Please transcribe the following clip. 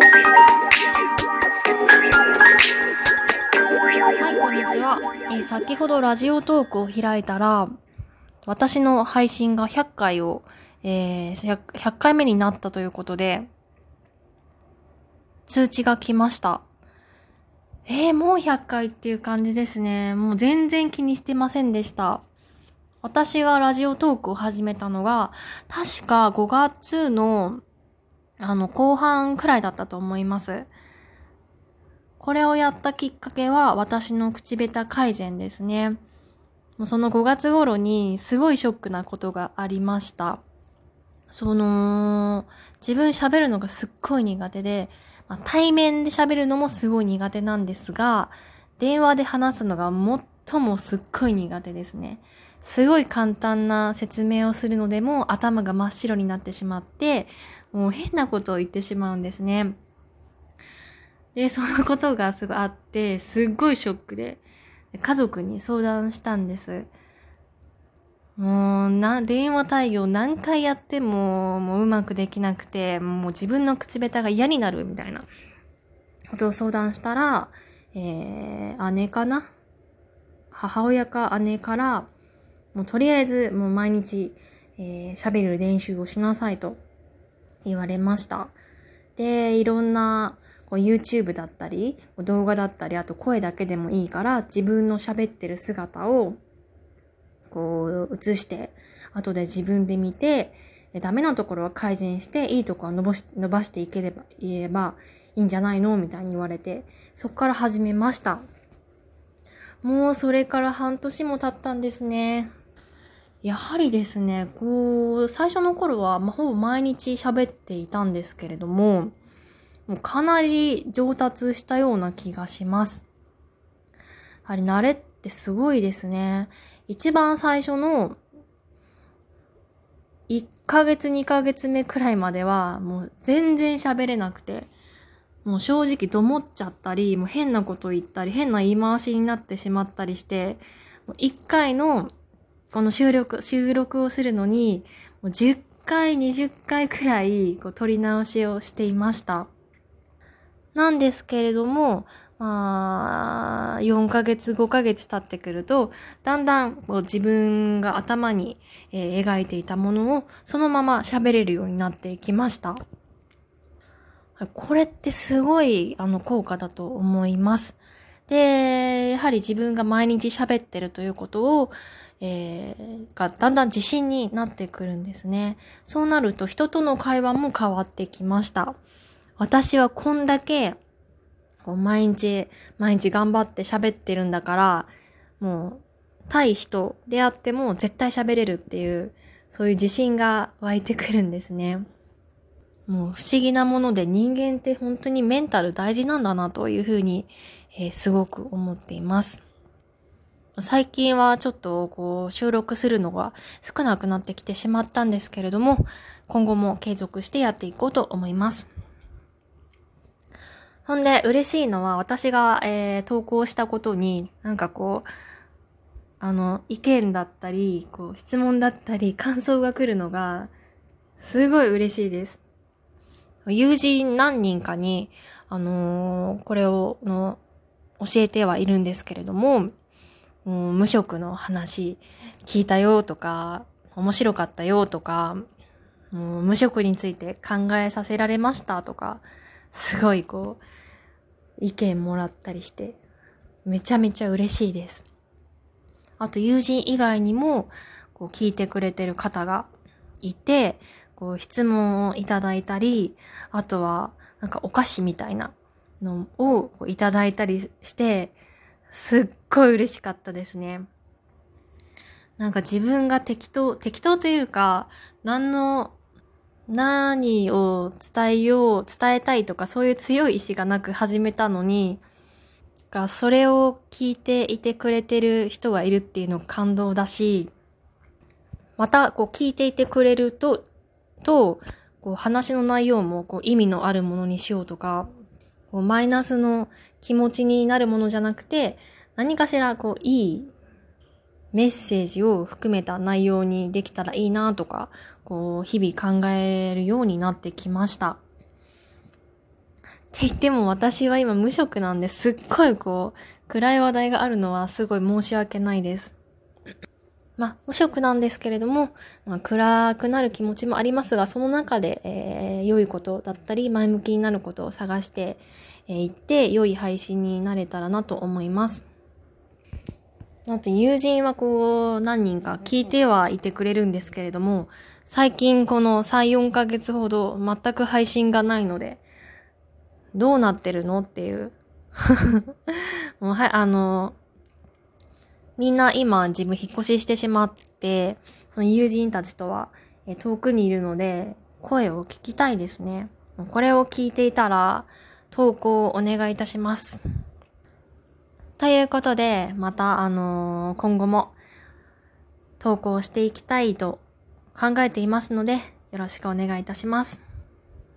はい、こんにちは。先ほどラジオトークを開いたら、私の配信が100回を、100回目になったということで、通知が来ました。もう100回っていう感じですね。もう全然気にしてませんでした。私がラジオトークを始めたのが、確か5月の、後半くらいだったと思います。これをやったきっかけは、私の口下手改善ですね。もうその5月頃にすごいショックなことがありました。自分喋るのがすっごい苦手で、対面で喋るのもすごい苦手なんですが、電話で話すのが最もすっごい苦手ですね。すごい簡単な説明をするのでも頭が真っ白になってしまって、もう変なことを言ってしまうんですね。で、そのことがすごいあって、すっごいショックで、家族に相談したんです。電話対応何回やっても、もううまくできなくて、もう自分の口下手が嫌になるみたいなことを相談したら、姉かな母親か姉から、もうとりあえずもう毎日、喋る練習をしなさいと言われました。で、いろんなYouTube だったり、動画だったり、あと声だけでもいいから、自分の喋ってる姿を映して、後で自分で見て、ダメなところは改善して、いいところは伸ばしていければ、言えばいいんじゃないのみたいに言われて、そこから始めました。もうそれから半年も経ったんですね。やはりですね、最初の頃は、ほぼ毎日喋っていたんですけれども、もうかなり上達したような気がします。やはり慣れってすごいですね。一番最初の1ヶ月2ヶ月目くらいまではもう全然喋れなくて、もう正直どもっちゃったり、もう変なこと言ったり、変な言い回しになってしまったりして、1回のこの収録をするのに、もう10回、20回くらい撮り直しをしていました。なんですけれども、4ヶ月、5ヶ月経ってくると、だんだん自分が頭に、描いていたものをそのまま喋れるようになっていきました。これってすごい効果だと思います。で、やはり自分が毎日喋ってるということを、がだんだん自信になってくるんですね。そうなると人との会話も変わってきました。私はこんだけ毎日頑張って喋ってるんだから、もう対人であっても絶対喋れるっていう、そういう自信が湧いてくるんですね。もう不思議なもので人間って本当にメンタル大事なんだなというふうに、すごく思っています。最近はちょっと収録するのが少なくなってきてしまったんですけれども、今後も継続してやっていこうと思います。ほんで嬉しいのは私が、投稿したことに意見だったり、質問だったり感想が来るのがすごい嬉しいです。友人何人かに、これを教えてはいるんですけれども、無職の話聞いたよとか、面白かったよとか、無職について考えさせられましたとか、すごい意見もらったりして、めちゃめちゃ嬉しいです。あと友人以外にも、聞いてくれてる方がいて、質問をいただいたり、あとはお菓子みたいなのをいただいたりして、すっごい嬉しかったですね。自分が適当というか、何を伝えたいとかそういう強い意志がなく始めたのに、それを聞いていてくれてる人がいるっていうのが感動だし、また聞いていてくれると話の内容も意味のあるものにしようとか、マイナスの気持ちになるものじゃなくて、何かしらいいメッセージを含めた内容にできたらいいなとか、日々考えるようになってきました。 って言っても私は今無職なんですっごい暗い話題があるのはすごい申し訳ないです。無職なんですけれども、暗くなる気持ちもありますが、その中で、良いことだったり、前向きになることを探していって、良い配信になれたらなと思います。あと友人は何人か聞いてはいてくれるんですけれども、最近この3、4ヶ月ほど全く配信がないので、どうなってるのっていう。もうみんな今自分引っ越ししてしまって、その友人たちとは遠くにいるので、声を聞きたいですね。これを聞いていたら、投稿をお願いいたします。ということで、また、今後も投稿していきたいと考えていますので、よろしくお願いいたします。